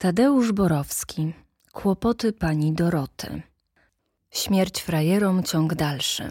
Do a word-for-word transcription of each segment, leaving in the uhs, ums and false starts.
Tadeusz Borowski. Kłopoty pani Doroty. Śmierć frajerom, ciąg dalszy.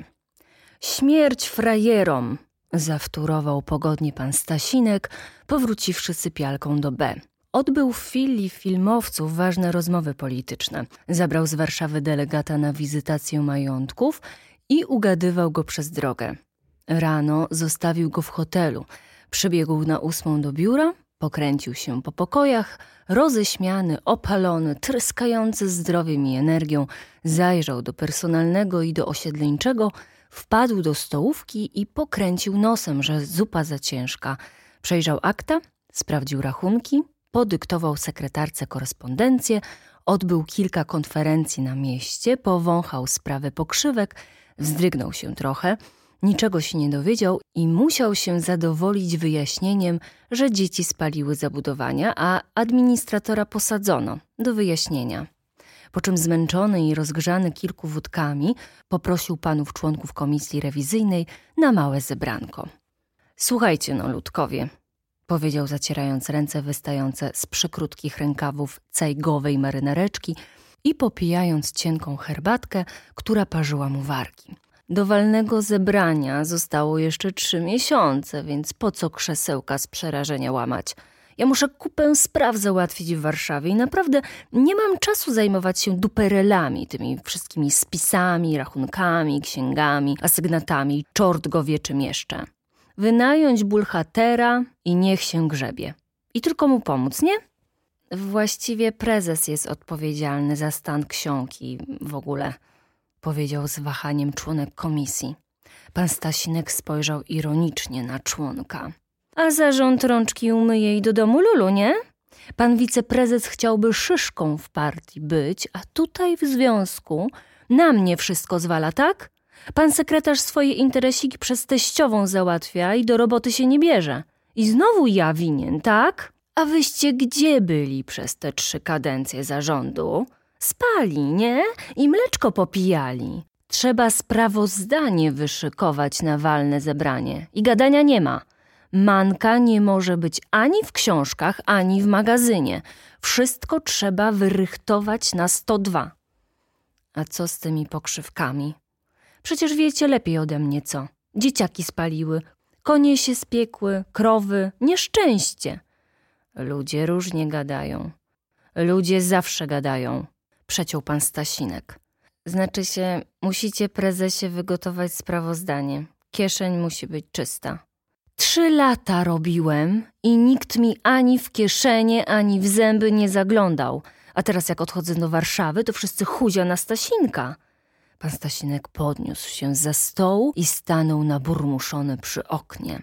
Śmierć frajerom! Zawtórował pogodnie pan Stasinek, powróciwszy sypialką do B. Odbył w filii filmowców ważne rozmowy polityczne. Zabrał z Warszawy delegata na wizytację majątków i ugadywał go przez drogę. Rano zostawił go w hotelu. Przybiegł na ósmą do biura, pokręcił się po pokojach, roześmiany, opalony, tryskający zdrowiem i energią, zajrzał do personalnego i do osiedleńczego, wpadł do stołówki i pokręcił nosem, że zupa za ciężka. Przejrzał akta, sprawdził rachunki, podyktował sekretarce korespondencję, odbył kilka konferencji na mieście, powąchał sprawę pokrzywek, wzdrygnął się trochę, niczego się nie dowiedział i musiał się zadowolić wyjaśnieniem, że dzieci spaliły zabudowania, a administratora posadzono do wyjaśnienia. Po czym zmęczony i rozgrzany kilku wódkami poprosił panów członków komisji rewizyjnej na małe zebranko. Słuchajcie no, ludkowie, powiedział zacierając ręce wystające z przykrótkich rękawów cejgowej marynareczki i popijając cienką herbatkę, która parzyła mu wargi. Do walnego zebrania zostało jeszcze trzy miesiące, więc po co krzesełka z przerażenia łamać? Ja muszę kupę spraw załatwić w Warszawie i naprawdę nie mam czasu zajmować się duperelami, tymi wszystkimi spisami, rachunkami, księgami, asygnatami, czort go wie czym jeszcze. Wynająć bulhatera i niech się grzebie. I tylko mu pomóc, nie? Właściwie prezes jest odpowiedzialny za stan ksiąg i w ogóle, powiedział z wahaniem członek komisji. Pan Stasinek spojrzał ironicznie na członka. A zarząd rączki umyje i do domu Lulu, nie? Pan wiceprezes chciałby szyszką w partii być, a tutaj w związku na mnie wszystko zwala, tak? Pan sekretarz swoje interesiki przez teściową załatwia i do roboty się nie bierze. I znowu ja winien, tak? A wyście gdzie byli przez te trzy kadencje zarządu? Spali, nie? I mleczko popijali. Trzeba sprawozdanie wyszykować na walne zebranie. I gadania nie ma. Manka nie może być ani w książkach, ani w magazynie. Wszystko trzeba wyrychtować na sto dwa. A co z tymi pokrzywkami? Przecież wiecie lepiej ode mnie co. Dzieciaki spaliły, konie się spiekły, krowy, nieszczęście. Ludzie różnie gadają. Ludzie zawsze gadają, przeciął pan Stasinek. Znaczy się, musicie prezesie wygotować sprawozdanie. Kieszeń musi być czysta. Trzy lata robiłem i nikt mi ani w kieszenie, ani w zęby nie zaglądał. A teraz jak odchodzę do Warszawy, to wszyscy chuzia na Stasinka. Pan Stasinek podniósł się za stołu i stanął naburmuszony przy oknie.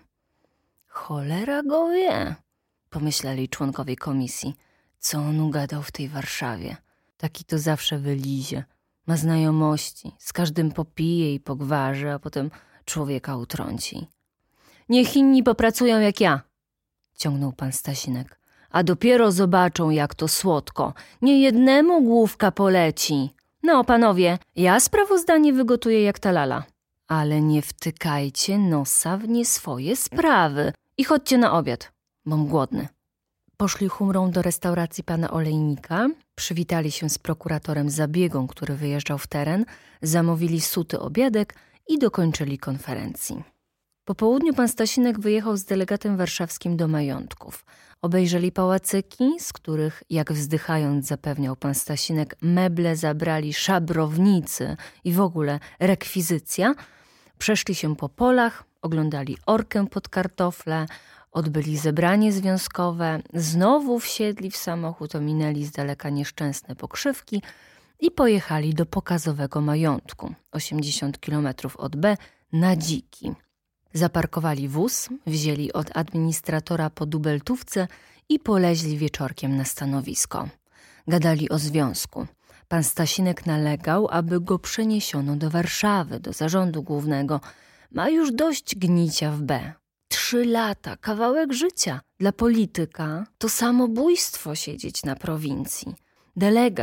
Cholera go wie, pomyśleli członkowie komisji. Co on ugadał w tej Warszawie? Taki to zawsze wylizie. Ma znajomości, z każdym popije i pogwarzy, a potem człowieka utrąci. Niech inni popracują jak ja, ciągnął pan Stasinek. A dopiero zobaczą, jak to słodko. Nie jednemu główka poleci. No, panowie, ja sprawozdanie wygotuję jak ta lala. Ale nie wtykajcie nosa w nie swoje sprawy. I chodźcie na obiad, bo'm głodny. Poszli humrą do restauracji pana Olejnika, przywitali się z prokuratorem Zabiegą, który wyjeżdżał w teren, zamówili suty obiadek i dokończyli konferencji. Po południu pan Stasinek wyjechał z delegatem warszawskim do majątków. Obejrzeli pałacyki, z których, jak wzdychając zapewniał pan Stasinek, meble zabrali szabrownicy i w ogóle rekwizycja. Przeszli się po polach, oglądali orkę pod kartofle, odbyli zebranie związkowe, znowu wsiedli w samochód, ominęli z daleka nieszczęsne pokrzywki i pojechali do pokazowego majątku, osiemdziesiąt kilometrów od B, na Dziki. Zaparkowali wóz, wzięli od administratora po dubeltówce i poleźli wieczorkiem na stanowisko. Gadali o związku. Pan Stasinek nalegał, aby go przeniesiono do Warszawy, do zarządu głównego. Ma już dość gnicia w B. Trzy lata, kawałek życia. Dla polityka to samobójstwo siedzieć na prowincji. Delegat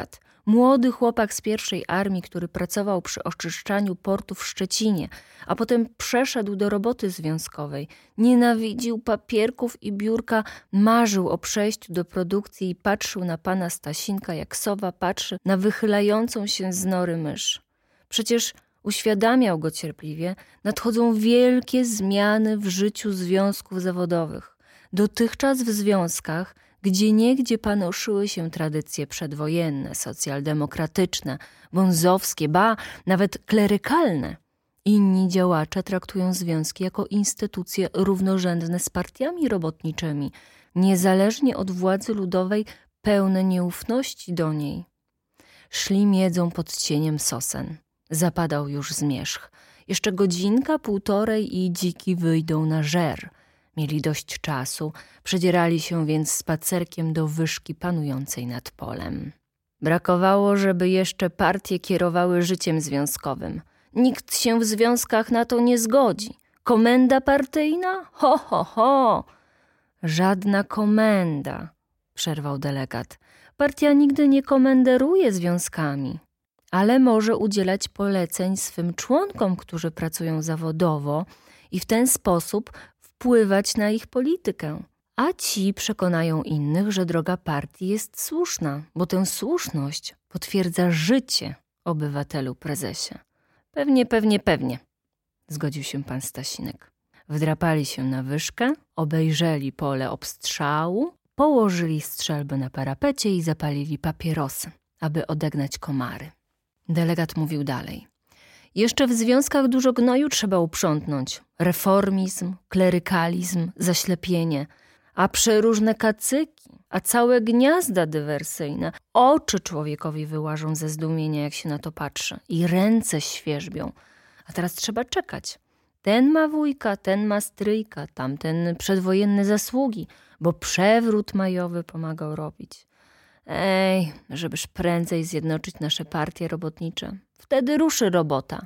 Młody chłopak z pierwszej armii, który pracował przy oczyszczaniu portu w Szczecinie, a potem przeszedł do roboty związkowej. Nienawidził papierków i biurka, marzył o przejściu do produkcji i patrzył na pana Stasinka, jak sowa patrzy na wychylającą się z nory mysz. Przecież uświadamiał go cierpliwie, nadchodzą wielkie zmiany w życiu związków zawodowych. Dotychczas w związkach gdzieniegdzie panoszyły się tradycje przedwojenne, socjaldemokratyczne, bonzowskie, ba, nawet klerykalne. Inni działacze traktują związki jako instytucje równorzędne z partiami robotniczymi, niezależnie od władzy ludowej, pełne nieufności do niej. Szli miedzą pod cieniem sosen. Zapadał już zmierzch. Jeszcze godzinka, półtorej i dziki wyjdą na żer. Mieli dość czasu, przedzierali się więc spacerkiem do wyżki panującej nad polem. Brakowało, żeby jeszcze partie kierowały życiem związkowym. Nikt się w związkach na to nie zgodzi. Komenda partyjna? Ho, ho, ho! Żadna komenda, przerwał delegat. Partia nigdy nie komenderuje związkami, ale może udzielać poleceń swym członkom, którzy pracują zawodowo i w ten sposób wpływać na ich politykę. A ci przekonają innych, że droga partii jest słuszna, bo tę słuszność potwierdza życie, obywatelu prezesie. Pewnie, pewnie, pewnie, zgodził się pan Stasinek. Wdrapali się na wyżkę, obejrzeli pole obstrzału, położyli strzelby na parapecie i zapalili papierosy, aby odegnać komary. Delegat mówił dalej. Jeszcze w związkach dużo gnoju trzeba uprzątnąć. Reformizm, klerykalizm, zaślepienie, a przeróżne kacyki, a całe gniazda dywersyjne. Oczy człowiekowi wyłażą ze zdumienia, jak się na to patrzy, i ręce świerzbią. A teraz trzeba czekać. Ten ma wujka, ten ma stryjka, tamten przedwojenne zasługi, bo przewrót majowy pomagał robić. Ej, żebyż prędzej zjednoczyć nasze partie robotnicze. Wtedy ruszy robota.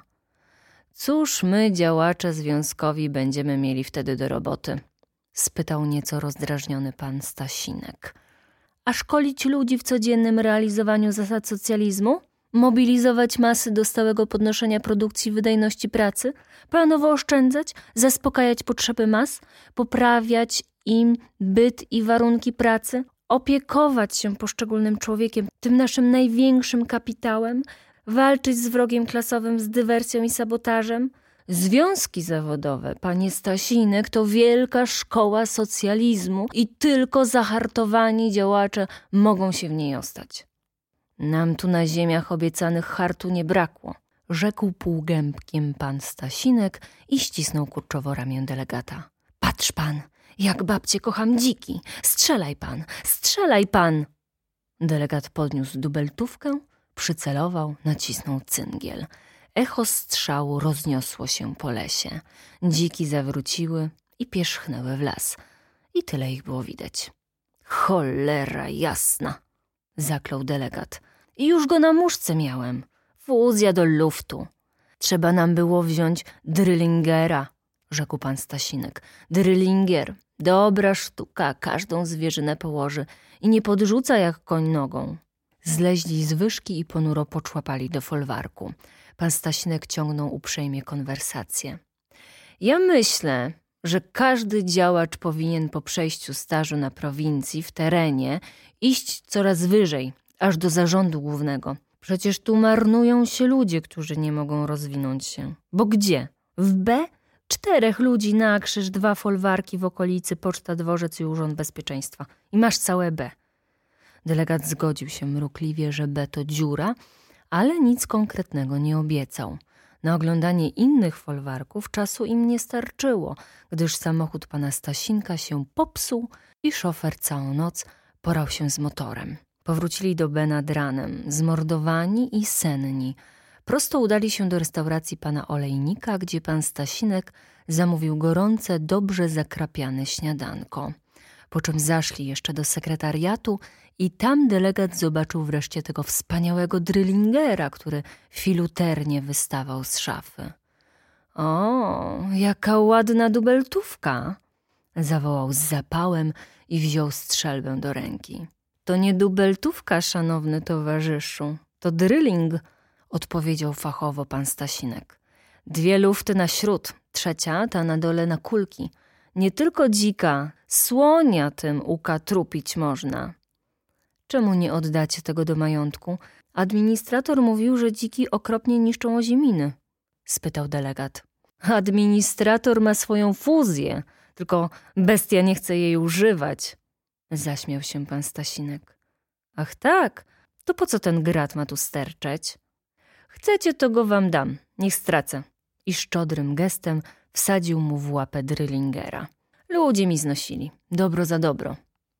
Cóż my, działacze związkowi, będziemy mieli wtedy do roboty? Spytał nieco rozdrażniony pan Stasinek. A szkolić ludzi w codziennym realizowaniu zasad socjalizmu? Mobilizować masy do stałego podnoszenia produkcji wydajności pracy? Planowo oszczędzać? Zaspokajać potrzeby mas? Poprawiać im byt i warunki pracy? Opiekować się poszczególnym człowiekiem, tym naszym największym kapitałem? Walczyć z wrogiem klasowym, z dywersją i sabotażem? Związki zawodowe, panie Stasinek, to wielka szkoła socjalizmu i tylko zahartowani działacze mogą się w niej ostać. Nam tu na ziemiach obiecanych hartu nie brakło, rzekł półgębkiem pan Stasinek i ścisnął kurczowo ramię delegata. Patrz pan, jak babcie kocham dziki, strzelaj pan, strzelaj pan! Delegat podniósł dubeltówkę, przycelował, nacisnął cyngiel. Echo strzału rozniosło się po lesie. Dziki zawróciły i pierzchnęły w las. I tyle ich było widać. Cholera jasna, zaklął delegat. I już go na muszce miałem. Fuzja do luftu. Trzeba nam było wziąć Drillingera, rzekł pan Stasinek. Drillinger, dobra sztuka, każdą zwierzynę położy i nie podrzuca jak koń nogą. Zleźli z wyżki i ponuro poczłapali do folwarku. Pan Stasinek ciągnął uprzejmie konwersację. Ja myślę, że każdy działacz powinien po przejściu stażu na prowincji, w terenie, iść coraz wyżej, aż do zarządu głównego. Przecież tu marnują się ludzie, którzy nie mogą rozwinąć się. Bo gdzie? W B? Czterech ludzi na krzyż, dwa folwarki w okolicy, poczta, dworzec i urząd bezpieczeństwa. I masz całe B. Delegat zgodził się mrukliwie, że B to dziura, ale nic konkretnego nie obiecał. Na oglądanie innych folwarków czasu im nie starczyło, gdyż samochód pana Stasinka się popsuł i szofer całą noc porał się z motorem. Powrócili do B nad ranem, zmordowani i senni. Prosto udali się do restauracji pana Olejnika, gdzie pan Stasinek zamówił gorące, dobrze zakrapiane śniadanko. Po czym zaszli jeszcze do sekretariatu i tam delegat zobaczył wreszcie tego wspaniałego Drillingera, który filuternie wystawał z szafy. O, jaka ładna dubeltówka! Zawołał z zapałem i wziął strzelbę do ręki. To nie dubeltówka, szanowny towarzyszu, To drilling, odpowiedział fachowo pan Stasinek. Dwie lufty na śród, trzecia ta na dole na kulki. Nie tylko dzika, słonia tym ukatrupić można. Czemu nie oddacie tego do majątku? Administrator mówił, że dziki okropnie niszczą oziminy, spytał delegat. Administrator ma swoją fuzję, tylko bestia nie chce jej używać, zaśmiał się pan Stasinek. Ach tak, to po co ten grat ma tu sterczeć? Chcecie, to go wam dam, niech stracę. I szczodrym gestem wsadził mu w łapę drillingera. Ludzie mi znosili, dobro za dobro.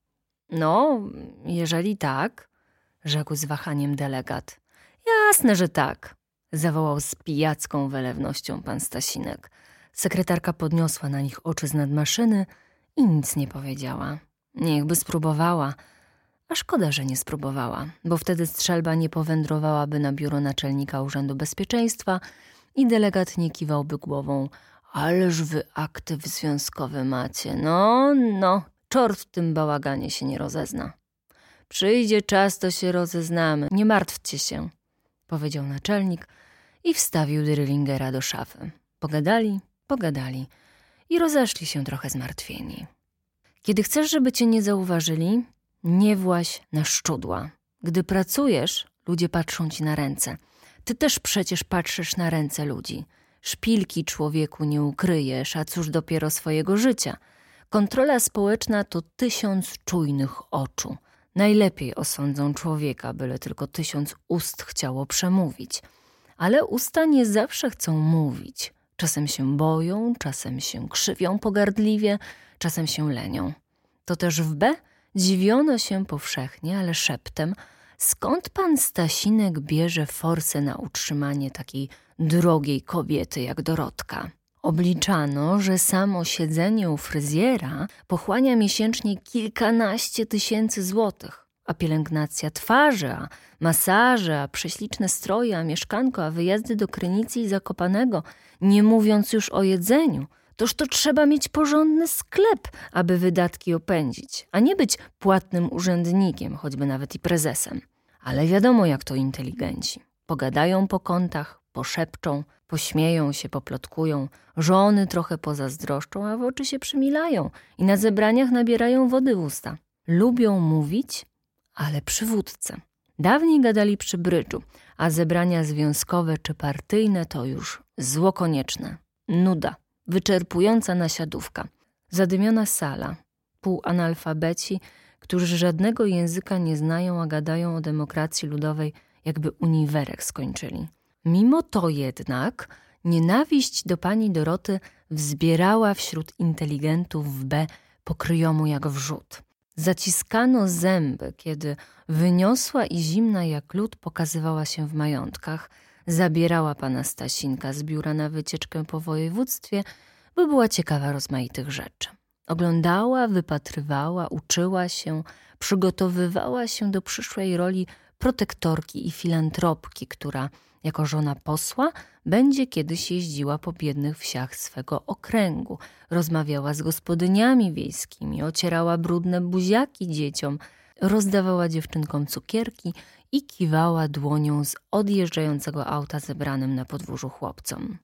No, jeżeli tak, rzekł z wahaniem delegat. Jasne, że tak, zawołał z pijacką wylewnością pan Stasinek. Sekretarka podniosła na nich oczy z nad maszyny i nic nie powiedziała. Niechby spróbowała, a szkoda, że nie spróbowała, bo wtedy strzelba nie powędrowałaby na biuro naczelnika Urzędu Bezpieczeństwa i delegat nie kiwałby głową. Ależ wy aktyw związkowy macie. No, no, czort w tym bałaganie się nie rozezna. Przyjdzie czas, to się rozeznamy. Nie martwcie się, powiedział naczelnik i wstawił drillingera do szafy. Pogadali, pogadali i rozeszli się trochę zmartwieni. Kiedy chcesz, żeby cię nie zauważyli, nie właź na szczudła. Gdy pracujesz, ludzie patrzą ci na ręce. Ty też przecież patrzysz na ręce ludzi. Szpilki człowieku nie ukryjesz, a cóż dopiero swojego życia. Kontrola społeczna to tysiąc czujnych oczu. Najlepiej osądzą człowieka, byle tylko tysiąc ust chciało przemówić. Ale usta nie zawsze chcą mówić. Czasem się boją, czasem się krzywią pogardliwie, czasem się lenią. To też w B dziwiono się powszechnie, ale szeptem, skąd pan Stasinek bierze forsę na utrzymanie takiej drogiej kobiety jak Dorotka. Obliczano, że samo siedzenie u fryzjera pochłania miesięcznie kilkanaście tysięcy złotych, a pielęgnacja twarzy, a masaże, a prześliczne stroje, a mieszkanko, a wyjazdy do Krynicy i Zakopanego, nie mówiąc już o jedzeniu. Toż to trzeba mieć porządny sklep, aby wydatki opędzić, a nie być płatnym urzędnikiem, choćby nawet i prezesem. Ale wiadomo, jak to inteligenci. Pogadają po kątach, poszepczą, pośmieją się, poplotkują, żony trochę pozazdroszczą, a w oczy się przymilają i na zebraniach nabierają wody w usta. Lubią mówić, ale przy wódce. Dawniej gadali przy brydżu, a zebrania związkowe czy partyjne to już zło konieczne. Nuda, wyczerpująca nasiadówka. Zadymiona sala, półanalfabeci, którzy żadnego języka nie znają, a gadają o demokracji ludowej, jakby uniwerek skończyli. Mimo to jednak nienawiść do pani Doroty wzbierała wśród inteligentów w B pokryjomu jak wrzód. Zaciskano zęby, kiedy wyniosła i zimna jak lód pokazywała się w majątkach, zabierała pana Stasinka z biura na wycieczkę po województwie, bo była ciekawa rozmaitych rzeczy. Oglądała, wypatrywała, uczyła się, przygotowywała się do przyszłej roli protektorki i filantropki, która jako żona posła będzie kiedyś jeździła po biednych wsiach swego okręgu, rozmawiała z gospodyniami wiejskimi, ocierała brudne buziaki dzieciom, rozdawała dziewczynkom cukierki i kiwała dłonią z odjeżdżającego auta zebranym na podwórzu chłopcom.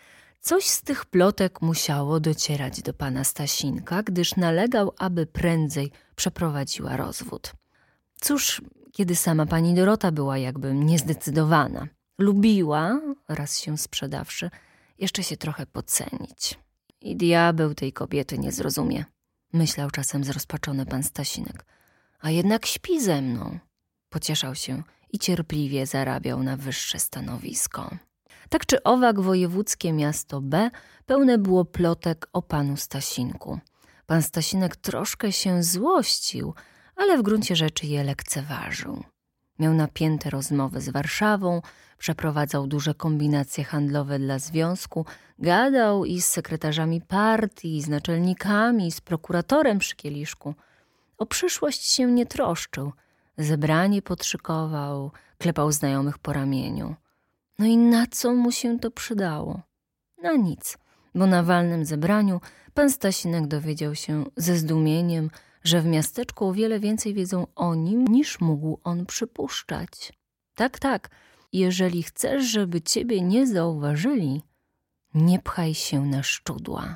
Coś z tych plotek musiało docierać do pana Stasinka, gdyż nalegał, aby prędzej przeprowadziła rozwód. Cóż, kiedy sama pani Dorota była jakby niezdecydowana. Lubiła, raz się sprzedawszy, jeszcze się trochę pocenić. I diabeł tej kobiety nie zrozumie, myślał czasem zrozpaczony pan Stasinek. A jednak śpi ze mną. Pocieszał się i cierpliwie zarabiał na wyższe stanowisko. Tak czy owak wojewódzkie miasto B pełne było plotek o panu Stasinku. Pan Stasinek troszkę się złościł, ale w gruncie rzeczy je lekceważył. Miał napięte rozmowy z Warszawą, przeprowadzał duże kombinacje handlowe dla związku, gadał i z sekretarzami partii, i z naczelnikami, i z prokuratorem przy kieliszku. O przyszłość się nie troszczył. Zebranie podszykował, klepał znajomych po ramieniu. No i na co mu się to przydało? Na nic, bo na walnym zebraniu pan Stasinek dowiedział się ze zdumieniem, że w miasteczku o wiele więcej wiedzą o nim, niż mógł on przypuszczać. Tak, tak. Jeżeli chcesz, żeby ciebie nie zauważyli, nie pchaj się na szczudła.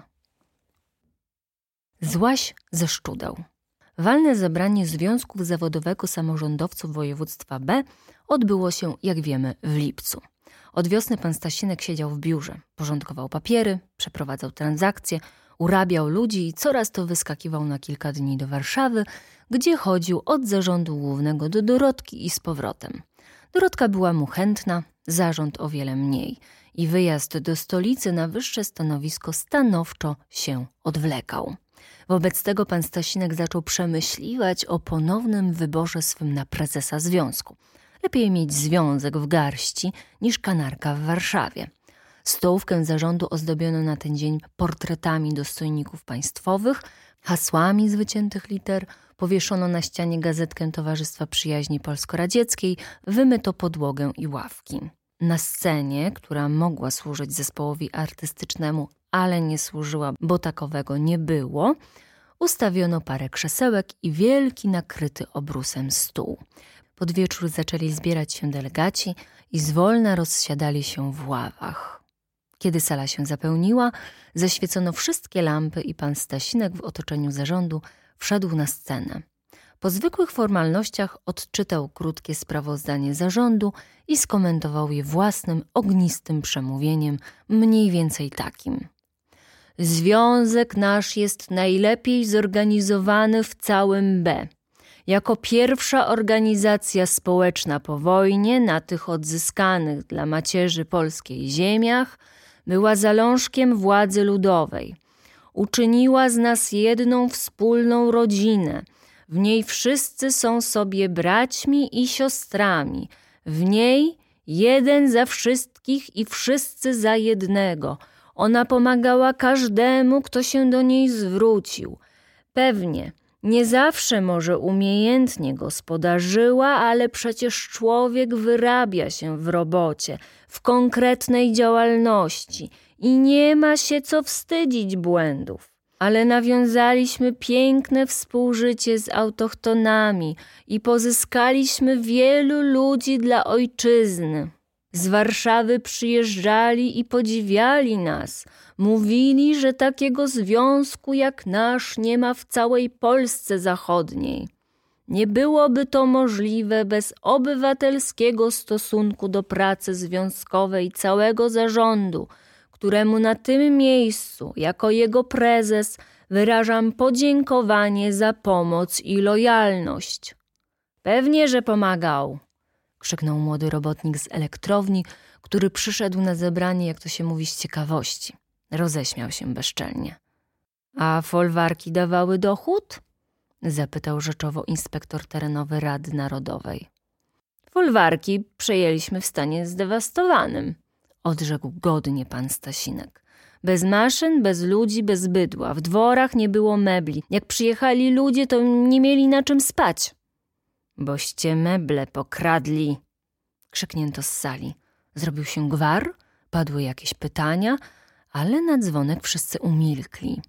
Złaś ze szczudeł. Walne zebranie Związku Zawodowego Samorządowców Województwa B odbyło się, jak wiemy, w lipcu. Od wiosny pan Stasinek siedział w biurze, porządkował papiery, przeprowadzał transakcje, urabiał ludzi i coraz to wyskakiwał na kilka dni do Warszawy, gdzie chodził od zarządu głównego do Dorotki i z powrotem. Dorotka była mu chętna, zarząd o wiele mniej i wyjazd do stolicy na wyższe stanowisko stanowczo się odwlekał. Wobec tego pan Stasinek zaczął przemyśliwać o ponownym wyborze swym na prezesa związku. Lepiej mieć związek w garści niż kanarka w Warszawie. Stołówkę zarządu ozdobiono na ten dzień portretami dostojników państwowych, hasłami z wyciętych liter, powieszono na ścianie gazetkę Towarzystwa Przyjaźni Polsko-Radzieckiej, wymyto podłogę i ławki. Na scenie, która mogła służyć zespołowi artystycznemu, ale nie służyła, bo takowego nie było, ustawiono parę krzesełek i wielki nakryty obrusem stół. Pod wieczór zaczęli zbierać się delegaci i zwolna rozsiadali się w ławach. Kiedy sala się zapełniła, zaświecono wszystkie lampy i pan Stasinek w otoczeniu zarządu wszedł na scenę. Po zwykłych formalnościach odczytał krótkie sprawozdanie zarządu i skomentował je własnym, ognistym przemówieniem, mniej więcej takim. Związek nasz jest najlepiej zorganizowany w całym B. Jako pierwsza organizacja społeczna po wojnie na tych odzyskanych dla macierzy polskiej ziemiach była zalążkiem władzy ludowej. Uczyniła z nas jedną wspólną rodzinę. W niej wszyscy są sobie braćmi i siostrami. W niej jeden za wszystkich i wszyscy za jednego. Ona pomagała każdemu, kto się do niej zwrócił. Pewnie nie zawsze może umiejętnie gospodarzyła, ale przecież człowiek wyrabia się w robocie, w konkretnej działalności i nie ma się co wstydzić błędów. Ale nawiązaliśmy piękne współżycie z autochtonami i pozyskaliśmy wielu ludzi dla ojczyzny. Z Warszawy przyjeżdżali i podziwiali nas. Mówili, że takiego związku jak nasz nie ma w całej Polsce Zachodniej. Nie byłoby to możliwe bez obywatelskiego stosunku do pracy związkowej całego zarządu, któremu na tym miejscu, jako jego prezes, wyrażam podziękowanie za pomoc i lojalność. Pewnie, że pomagał, krzyknął młody robotnik z elektrowni, który przyszedł na zebranie, jak to się mówi, z ciekawości. Roześmiał się bezczelnie. A folwarki dawały dochód? Zapytał rzeczowo inspektor terenowy Rady Narodowej. Folwarki przejęliśmy w stanie zdewastowanym, odrzekł godnie pan Stasinek. Bez maszyn, bez ludzi, bez bydła. W dworach nie było mebli. Jak przyjechali ludzie, to nie mieli na czym spać. Boście meble pokradli, krzyknięto z sali. Zrobił się gwar, padły jakieś pytania, ale na dzwonek wszyscy umilkli.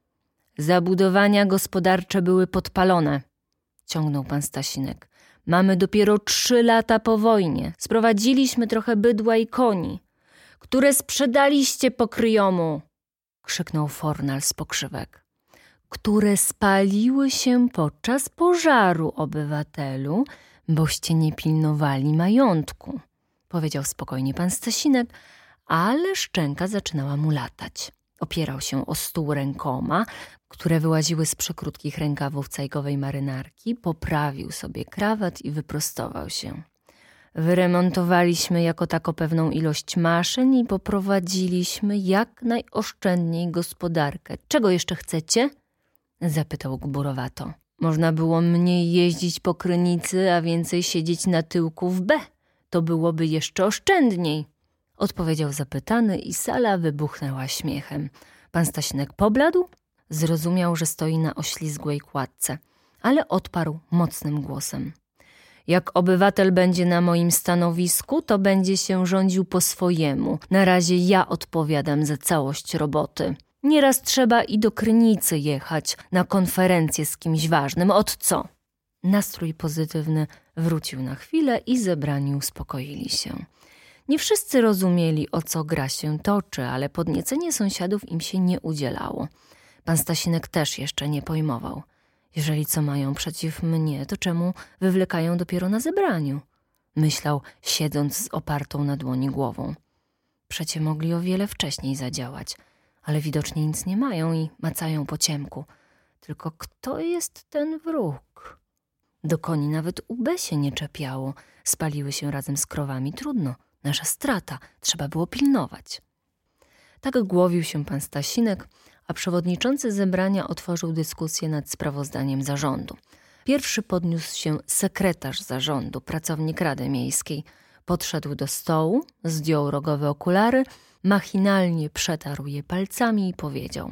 Zabudowania gospodarcze były podpalone, ciągnął pan Stasinek. Mamy dopiero trzy lata po wojnie. Sprowadziliśmy trochę bydła i koni, które sprzedaliście pokryjomu, krzyknął Fornal z pokrzywek. Które spaliły się podczas pożaru, obywatelu, boście nie pilnowali majątku, powiedział spokojnie pan Stasinek, ale szczęka zaczynała mu latać. Opierał się o stół rękoma, które wyłaziły z przekrótkich rękawów cajkowej marynarki, poprawił sobie krawat i wyprostował się. Wyremontowaliśmy jako tako pewną ilość maszyn i poprowadziliśmy jak najoszczędniej gospodarkę. Czego jeszcze chcecie? Zapytał gburowato. Można było mniej jeździć po Krynicy, a więcej siedzieć na tyłku w B. To byłoby jeszcze oszczędniej. Odpowiedział zapytany i sala wybuchnęła śmiechem. Pan Stasinek pobladł, zrozumiał, że stoi na oślizgłej kładce, ale odparł mocnym głosem. Jak obywatel będzie na moim stanowisku, to będzie się rządził po swojemu. Na razie ja odpowiadam za całość roboty. Nieraz trzeba i do Krynicy jechać na konferencję z kimś ważnym. Od co? Nastrój pozytywny wrócił na chwilę i zebrani uspokoili się. Nie wszyscy rozumieli, o co gra się toczy, ale podniecenie sąsiadów im się nie udzielało. Pan Stasinek też jeszcze nie pojmował. Jeżeli co mają przeciw mnie, to czemu wywlekają dopiero na zebraniu? Myślał, siedząc z opartą na dłoni głową. Przecie mogli o wiele wcześniej zadziałać, ale widocznie nic nie mają i macają po ciemku. Tylko kto jest ten wróg? Do koni nawet U B się nie czepiało. Spaliły się razem z krowami. Trudno, nasza strata. Trzeba było pilnować. Tak głowił się pan Stasinek, a przewodniczący zebrania otworzył dyskusję nad sprawozdaniem zarządu. Pierwszy podniósł się sekretarz zarządu, pracownik Rady Miejskiej. Podszedł do stołu, zdjął rogowe okulary, machinalnie przetarł je palcami i powiedział: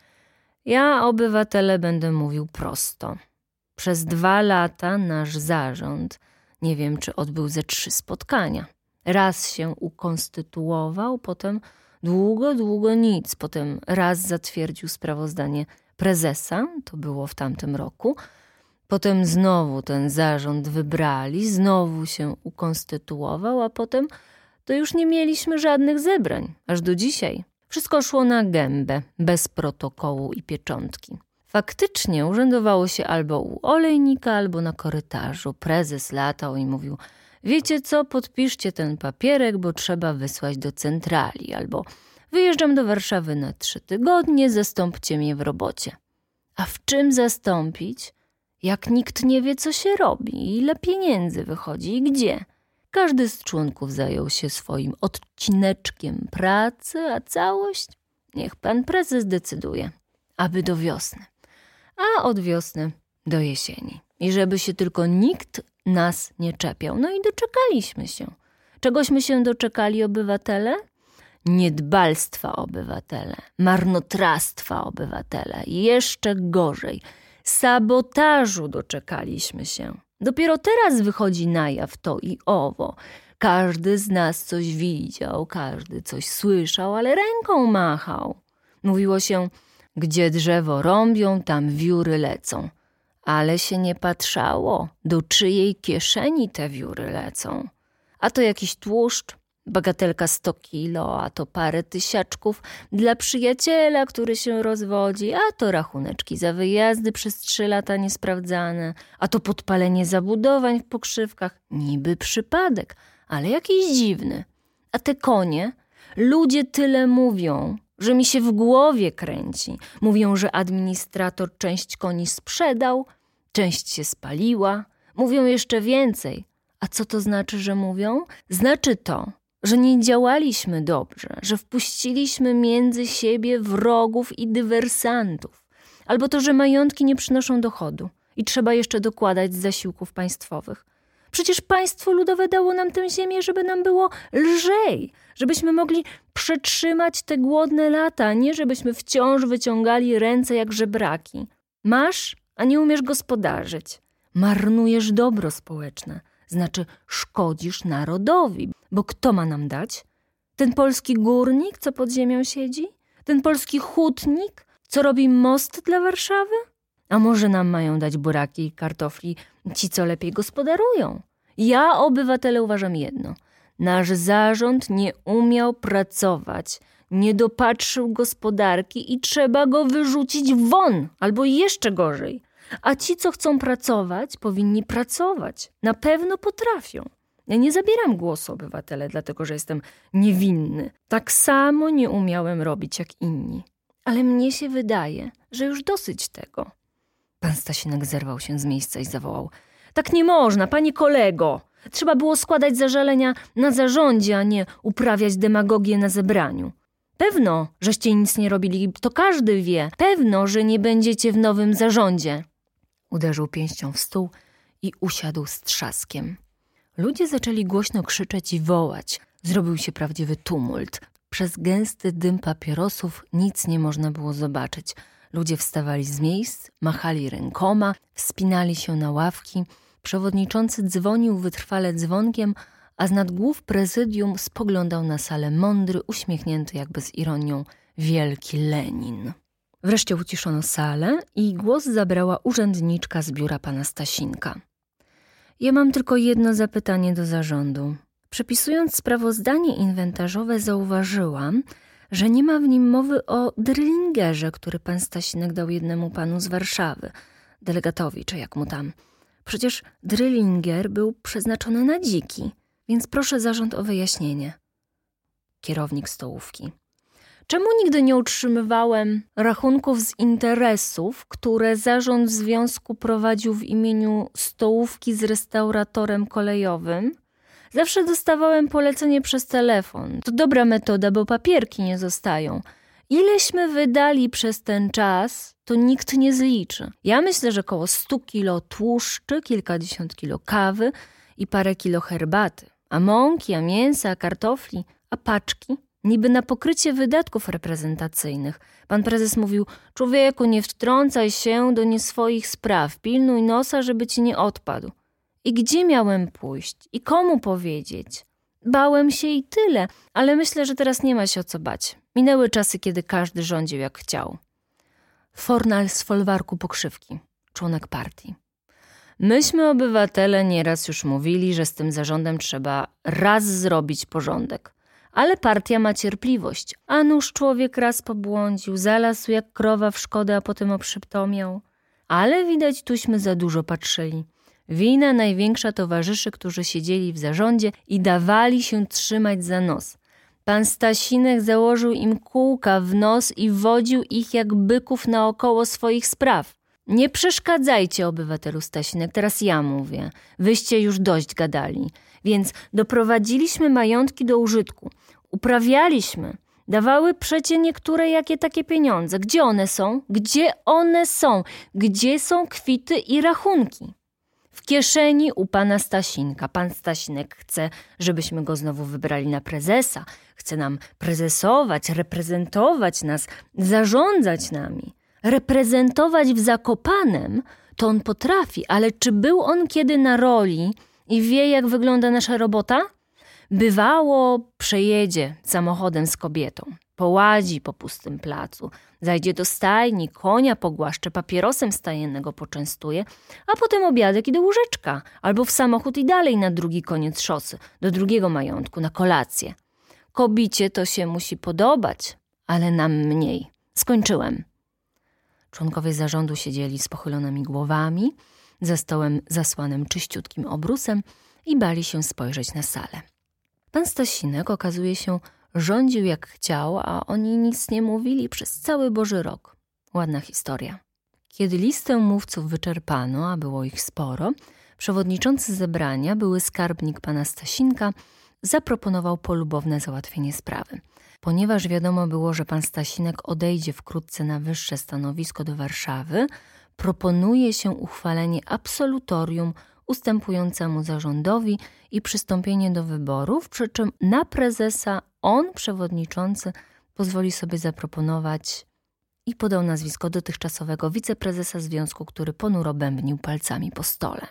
ja, obywatele, będę mówił prosto. Przez dwa lata nasz zarząd, nie wiem, czy odbył ze trzy spotkania. Raz się ukonstytuował, potem długo, długo nic. Potem raz zatwierdził sprawozdanie prezesa, to było w tamtym roku. Potem znowu ten zarząd wybrali, znowu się ukonstytuował, a potem to już nie mieliśmy żadnych zebrań, aż do dzisiaj. Wszystko szło na gębę, bez protokołu i pieczątki. Faktycznie urzędowało się albo u olejnika, albo na korytarzu. Prezes latał i mówił: wiecie co, podpiszcie ten papierek, bo trzeba wysłać do centrali, albo wyjeżdżam do Warszawy na trzy tygodnie, zastąpcie mnie w robocie. A w czym zastąpić, jak nikt nie wie, co się robi, ile pieniędzy wychodzi i gdzie? Każdy z członków zajął się swoim odcineczkiem pracy, a całość niech pan prezes decyduje, aby do wiosny, a od wiosny do jesieni. I żeby się tylko nikt nas nie czepiał. No i doczekaliśmy się. Czegośmy się doczekali, obywatele? Niedbalstwa, obywatele, marnotrawstwa, obywatele, i jeszcze gorzej, sabotażu doczekaliśmy się. Dopiero teraz wychodzi na jaw to i owo. Każdy z nas coś widział, każdy coś słyszał, ale ręką machał. Mówiło się: gdzie drzewo rąbią, tam wióry lecą. Ale się nie patrzało, do czyjej kieszeni te wióry lecą. A to jakiś tłuszcz, bagatelka sto kilo, a to parę tysiaczków dla przyjaciela, który się rozwodzi, a to rachuneczki za wyjazdy przez trzy lata niesprawdzane, a to podpalenie zabudowań w pokrzywkach. Niby przypadek, ale jakiś dziwny. A te konie, ludzie tyle mówią, że mi się w głowie kręci. Mówią, że administrator część koni sprzedał, część się spaliła. Mówią jeszcze więcej. A co to znaczy, że mówią? Znaczy to, że nie działaliśmy dobrze, że wpuściliśmy między siebie wrogów i dywersantów. Albo to, że majątki nie przynoszą dochodu i trzeba jeszcze dokładać z zasiłków państwowych. Przecież państwo ludowe dało nam tę ziemię, żeby nam było lżej, żebyśmy mogli przetrzymać te głodne lata, a nie żebyśmy wciąż wyciągali ręce jak żebraki. Masz, a nie umiesz gospodarzyć. Marnujesz dobro społeczne, znaczy szkodzisz narodowi, bo kto ma nam dać? Ten polski górnik, co pod ziemią siedzi? Ten polski hutnik, co robi most dla Warszawy? A może nam mają dać buraki i kartofli ci, co lepiej gospodarują? Ja, obywatele, uważam jedno. Nasz zarząd nie umiał pracować, nie dopatrzył gospodarki i trzeba go wyrzucić won, albo jeszcze gorzej. A ci, co chcą pracować, powinni pracować. Na pewno potrafią. Ja nie zabieram głosu, obywatele, dlatego że jestem niewinny. Tak samo nie umiałem robić jak inni. Ale mnie się wydaje, że już dosyć tego. Pan Stasinek zerwał się z miejsca i zawołał: tak nie można, panie kolego. Trzeba było składać zażalenia na zarządzie, a nie uprawiać demagogię na zebraniu. Pewno, żeście nic nie robili, to każdy wie. Pewno, że nie będziecie w nowym zarządzie. Uderzył pięścią w stół i usiadł z trzaskiem. Ludzie zaczęli głośno krzyczeć i wołać. Zrobił się prawdziwy tumult. Przez gęsty dym papierosów nic nie można było zobaczyć. Ludzie wstawali z miejsc, machali rękoma, wspinali się na ławki. Przewodniczący dzwonił wytrwale dzwonkiem, a z nad głów prezydium spoglądał na salę mądry, uśmiechnięty jakby z ironią wielki Lenin. Wreszcie uciszono salę i głos zabrała urzędniczka z biura pana Stasinka. Ja mam tylko jedno zapytanie do zarządu. Przepisując sprawozdanie inwentarzowe zauważyłam, że nie ma w nim mowy o drillingerze, który pan Stasinek dał jednemu panu z Warszawy, delegatowi czy jak mu tam. Przecież drillinger był przeznaczony na dziki, więc proszę zarząd o wyjaśnienie. Kierownik stołówki. Czemu nigdy nie utrzymywałem rachunków z interesów, które zarząd związku prowadził w imieniu stołówki z restauratorem kolejowym? Zawsze dostawałem polecenie przez telefon. To dobra metoda, bo papierki nie zostają. Ileśmy wydali przez ten czas, to nikt nie zliczy. Ja myślę, że koło stu kilo tłuszczy, kilkadziesiąt kilo kawy i parę kilo herbaty. A mąki, a mięsa, a kartofli, a paczki? Niby na pokrycie wydatków reprezentacyjnych. Pan prezes mówił, człowieku, nie wtrącaj się do nieswoich spraw, pilnuj nosa, żeby ci nie odpadł. I gdzie miałem pójść? I komu powiedzieć? Bałem się i tyle, ale myślę, że teraz nie ma się o co bać. Minęły czasy, kiedy każdy rządził jak chciał. Fornal z folwarku Pokrzywki, członek partii. Myśmy, obywatele, nieraz już mówili, że z tym zarządem trzeba raz zrobić porządek. Ale partia ma cierpliwość. A nuż człowiek raz pobłądził, zalasł jak krowa w szkodę, a potem oprzytomniał. Ale widać, tuśmy za dużo patrzyli. Wina największa towarzyszy, którzy siedzieli w zarządzie i dawali się trzymać za nos. Pan Stasinek założył im kółka w nos i wodził ich jak byków naokoło swoich spraw. Nie przeszkadzajcie, obywatelu Stasinek, teraz ja mówię. Wyście już dość gadali. Więc doprowadziliśmy majątki do użytku. Uprawialiśmy. Dawały przecie niektóre jakie takie pieniądze. Gdzie one są? Gdzie one są? Gdzie są kwity i rachunki? W kieszeni u pana Stasinka. Pan Stasinek chce, żebyśmy go znowu wybrali na prezesa. Chce nam prezesować, reprezentować nas, zarządzać nami. Reprezentować w Zakopanem to on potrafi, ale czy był on kiedy na roli i wie, jak wygląda nasza robota? Bywało, przejedzie samochodem z kobietą, poładzi po pustym placu, zajdzie do stajni, konia pogłaszcze, papierosem stajennego poczęstuje, a potem obiadek i do łóżeczka, albo w samochód i dalej na drugi koniec szosy, do drugiego majątku, na kolację. Kobicie to się musi podobać, ale nam mniej. Skończyłem. Członkowie zarządu siedzieli z pochylonymi głowami, za stołem zasłanym czyściutkim obrusem i bali się spojrzeć na salę. Pan Stasinek, okazuje się, rządził jak chciał, a oni nic nie mówili przez cały Boży rok. Ładna historia. Kiedy listę mówców wyczerpano, a było ich sporo, przewodniczący zebrania, były skarbnik pana Stasinka, zaproponował polubowne załatwienie sprawy. Ponieważ wiadomo było, że pan Stasinek odejdzie wkrótce na wyższe stanowisko do Warszawy, proponuje się uchwalenie absolutorium ustępującemu zarządowi i przystąpienie do wyborów, przy czym na prezesa on, przewodniczący, pozwoli sobie zaproponować i podał nazwisko dotychczasowego wiceprezesa związku, który ponuro bębnił palcami po stole.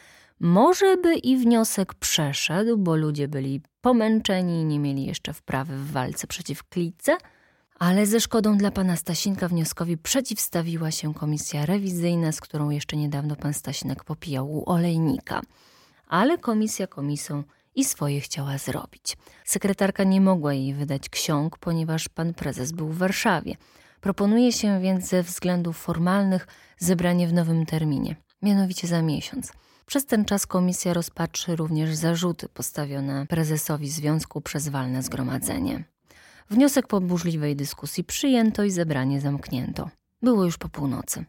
Może by i wniosek przeszedł, bo ludzie byli pomęczeni i nie mieli jeszcze wprawy w walce przeciw klitce, ale ze szkodą dla pana Stasinka wnioskowi przeciwstawiła się komisja rewizyjna, z którą jeszcze niedawno pan Stasinek popijał u olejnika. Ale komisja komisją i swoje chciała zrobić. Sekretarka nie mogła jej wydać ksiąg, ponieważ pan prezes był w Warszawie. Proponuje się więc ze względów formalnych zebranie w nowym terminie, mianowicie za miesiąc. Przez ten czas komisja rozpatrzy również zarzuty postawione prezesowi związku przez walne zgromadzenie. Wniosek po burzliwej dyskusji przyjęto i zebranie zamknięto. Było już po północy.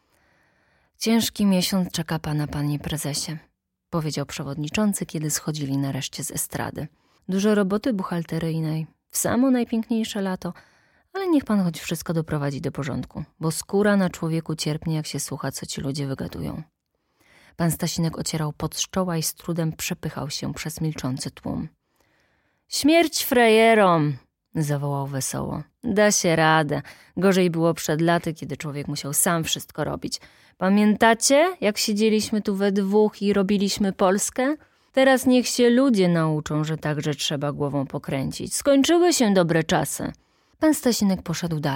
Ciężki miesiąc czeka pana, panie prezesie, powiedział przewodniczący, kiedy schodzili nareszcie z estrady. Dużo roboty buchalteryjnej, w samo najpiękniejsze lato, ale niech pan choć wszystko doprowadzi do porządku, bo skóra na człowieku cierpnie, jak się słucha, co ci ludzie wygadują. Pan Stasinek ocierał pot z czoła i z trudem przepychał się przez milczący tłum. Śmierć frajerom! Zawołał wesoło. Da się radę. Gorzej było przed laty, kiedy człowiek musiał sam wszystko robić. Pamiętacie, jak siedzieliśmy tu we dwóch i robiliśmy Polskę? Teraz niech się ludzie nauczą, że także trzeba głową pokręcić. Skończyły się dobre czasy. Pan Stasinek poszedł dalej.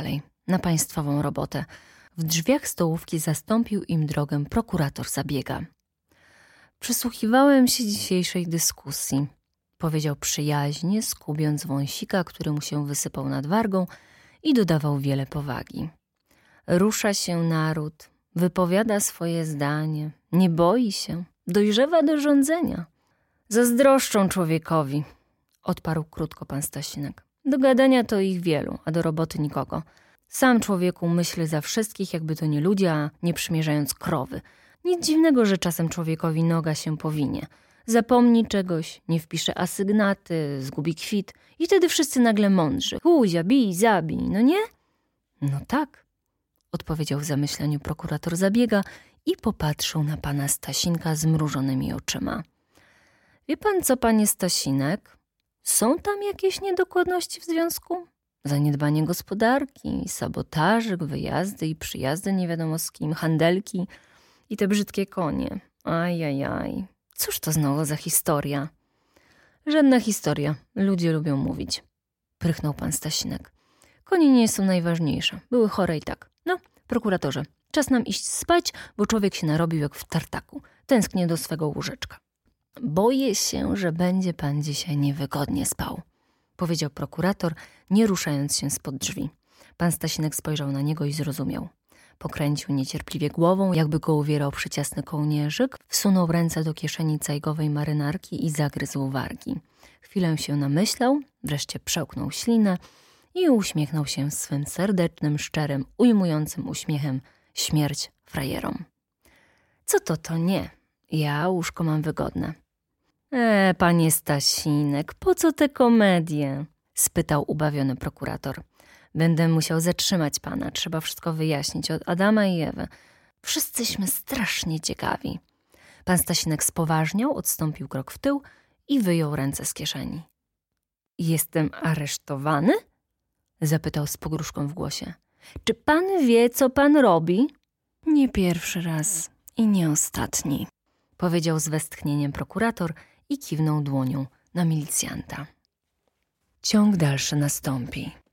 na państwową robotę. W drzwiach stołówki zastąpił im drogę prokurator Zabiega. Przysłuchiwałem się dzisiejszej dyskusji, powiedział przyjaźnie, skubiąc wąsika, który mu się wysypał nad wargą i dodawał wiele powagi. Rusza się naród, wypowiada swoje zdanie, nie boi się, dojrzewa do rządzenia. Zazdroszczą człowiekowi, odparł krótko pan Stasinek. Do gadania to ich wielu, a do roboty nikogo. Sam człowieku myśli za wszystkich, jakby to nie ludzie, a nie przymierzając krowy. Nic dziwnego, że czasem człowiekowi noga się powinie. Zapomni czegoś, nie wpisze asygnaty, zgubi kwit i wtedy wszyscy nagle mądrzy. Huzia, bij, zabij, no nie? No tak, odpowiedział w zamyśleniu prokurator Zabiega i popatrzył na pana Stasinka zmrużonymi oczyma. Wie pan co, panie Stasinek? Są tam jakieś niedokładności w związku? Zaniedbanie gospodarki, sabotażyk, wyjazdy i przyjazdy nie wiadomo z kim, handelki i te brzydkie konie. Ajajaj, cóż to znowu za historia? Żadna historia, ludzie lubią mówić. Prychnął pan Stasinek. Konie nie są najważniejsze, były chore i tak. No, prokuratorze, czas nam iść spać, bo człowiek się narobił jak w tartaku. Tęsknię do swego łóżeczka. Boję się, że będzie pan dzisiaj niewygodnie spał, powiedział prokurator, nie ruszając się spod drzwi. Pan Stasinek spojrzał na niego i zrozumiał. Pokręcił niecierpliwie głową, jakby go uwierał przyciasny kołnierzyk, wsunął ręce do kieszeni cajgowej marynarki i zagryzł wargi. Chwilę się namyślał, wreszcie przełknął ślinę i uśmiechnął się swym serdecznym, szczerym, ujmującym uśmiechem śmierć frajerom. Co to to nie? Ja łóżko mam wygodne. E, panie Stasinek, po co te komedie? Spytał ubawiony prokurator. Będę musiał zatrzymać pana, trzeba wszystko wyjaśnić od Adama i Ewy. Wszyscyśmy strasznie ciekawi. Pan Stasinek spoważniał, odstąpił krok w tył i wyjął ręce z kieszeni. Jestem aresztowany? Zapytał z pogróżką w głosie. Czy pan wie, co pan robi? Nie pierwszy raz i nie ostatni, powiedział z westchnieniem prokurator i kiwnął dłonią na milicjanta. Ciąg dalszy nastąpi.